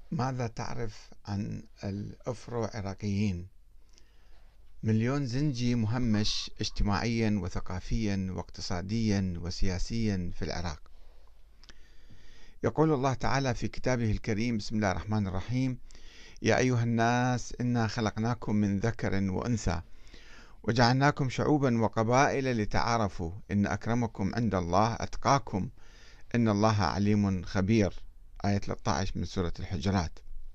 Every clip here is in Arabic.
ماذا تعرف عن الأفرو عراقيين؟ مليون زنجي مهمش اجتماعيا وثقافيا واقتصاديا وسياسيا في العراق. يقول الله تعالى في كتابه الكريم: بسم الله الرحمن الرحيم: يا أيها الناس إنا خلقناكم من ذكر وأنثى وجعلناكم شعوبا وقبائل لتعارفوا إن أكرمكم عند الله أتقاكم إن الله عليم خبير. آية 13 من سورة الحجرات.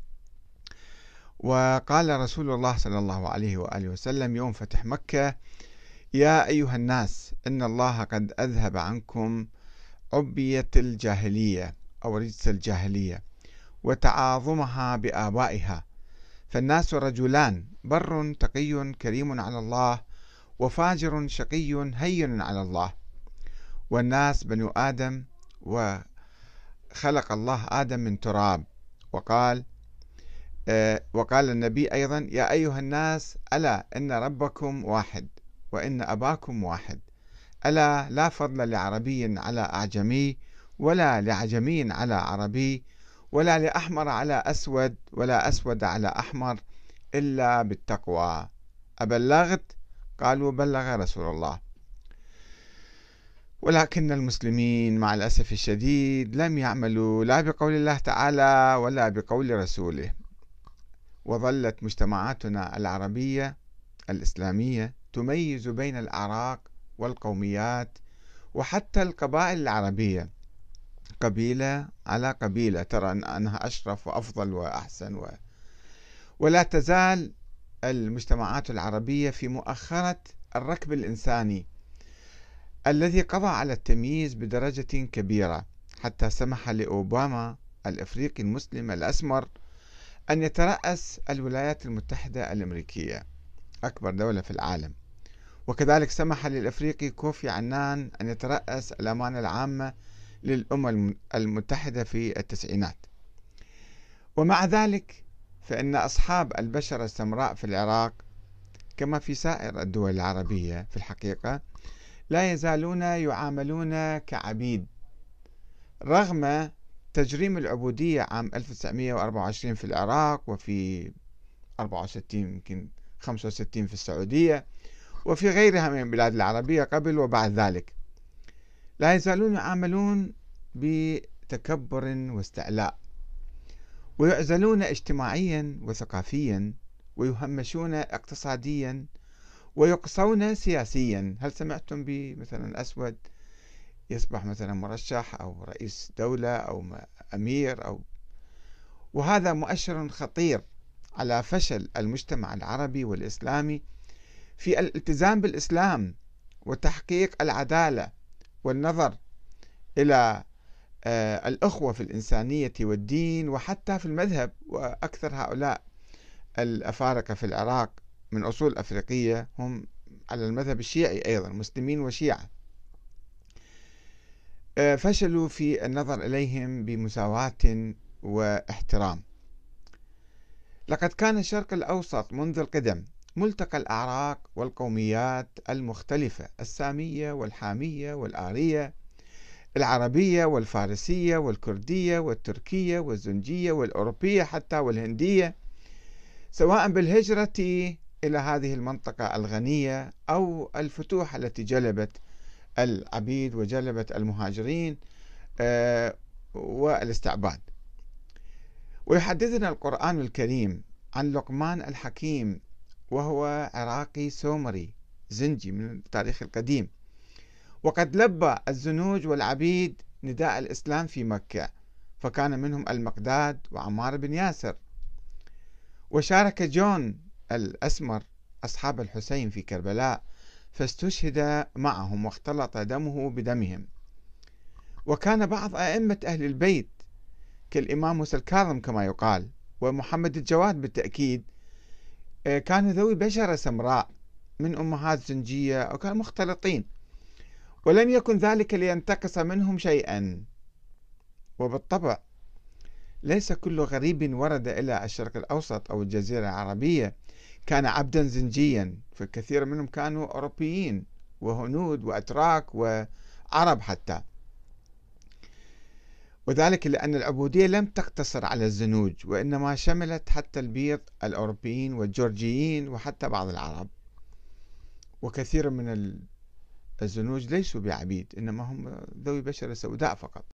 وقال رسول الله صلى الله عليه وآله وسلم يوم فتح مكة: يا أيها الناس إن الله قد أذهب عنكم عبية الجاهلية أو رجس الجاهلية وتعاظمها بآبائها، فالناس رجلان: بر تقي كريم على الله، وفاجر شقي هين على الله. والناس بنو آدم، وخلق الله آدم من تراب. وقال النبي أيضا: يا أيها الناس ألا إن ربكم واحد وإن أباكم واحد، ألا لا فضل لعربي على أعجمي، ولا لعجمي على عربي، ولا لأحمر على أسود، ولا أسود على أحمر، إلا بالتقوى. أبلغت؟ قالوا: بلغ رسول الله. ولكن المسلمين مع الأسف الشديد لم يعملوا لا بقول الله تعالى ولا بقول رسوله، وظلت مجتمعاتنا العربية الإسلامية تميز بين الأعراق والقوميات وحتى القبائل العربية، قبيلة على قبيلة ترى أنها أشرف وأفضل وأحسن ولا تزال المجتمعات العربية في مؤخرة الركب الإنساني الذي قضى على التمييز بدرجة كبيرة، حتى سمح لأوباما الإفريقي المسلم الأسمر أن يترأس الولايات المتحدة الأمريكية، أكبر دولة في العالم، وكذلك سمح للأفريقي كوفي عنان أن يترأس الأمانة العامة للأمم المتحدة في التسعينات. ومع ذلك فإن أصحاب البشرة السمراء في العراق كما في سائر الدول العربية في الحقيقة لا يزالون يعاملون كعبيد، رغم تجريم العبودية عام 1924 في العراق، وفي 64 يمكن 65 في السعودية، وفي غيرها من البلاد العربية قبل وبعد ذلك. لا يزالون يعاملون بتكبر واستعلاء، ويعزلون اجتماعيا وثقافيا، ويهمشون اقتصاديا، ويقصون سياسيا. هل سمعتم بمثلا أسود يصبح مثلا مرشح أو رئيس دولة أو أمير وهذا مؤشر خطير على فشل المجتمع العربي والإسلامي في الالتزام بالإسلام وتحقيق العدالة والنظر إلى الأخوة في الإنسانية والدين وحتى في المذهب. وأكثر هؤلاء الأفارقة في العراق من أصول أفريقية هم على المذهب الشيعي أيضا، مسلمين وشيعة. فشلوا في النظر إليهم بمساواة واحترام. لقد كان الشرق الأوسط منذ القدم ملتقى الأعراق والقوميات المختلفة، السامية والحامية والآرية، العربية والفارسية والكردية والتركية والزنجية والأوروبية حتى والهندية، سواء بالهجرة إلى هذه المنطقة الغنية أو الفتوح التي جلبت العبيد وجلبت المهاجرين والاستعباد. ويحدثنا القرآن الكريم عن لقمان الحكيم، وهو عراقي سومري زنجي من التاريخ القديم، وقد لبى الزنوج والعبيد نداء الإسلام في مكة، فكان منهم المقداد وعمار بن ياسر. وشارك جون الأسمر أصحاب الحسين في كربلاء فاستشهد معهم واختلط دمه بدمهم. وكان بعض أئمة أهل البيت كالإمام موسى الكاظم كما يقال ومحمد الجواد بالتأكيد كانوا ذوي بشرة سمراء من أمهات زنجية أو كانوا مختلطين، ولم يكن ذلك لينتقص منهم شيئا. وبالطبع ليس كل غريب ورد إلى الشرق الأوسط أو الجزيرة العربية كان عبدا زنجيا، فالكثير منهم كانوا أوروبيين وهنود وأتراك وعرب حتى. وذلك لأن العبودية لم تقتصر على الزنوج، وإنما شملت حتى البيض الأوروبيين والجورجيين وحتى بعض العرب. وكثير من الزنوج ليسوا بعبيد، إنما هم ذوي بشرة سوداء فقط.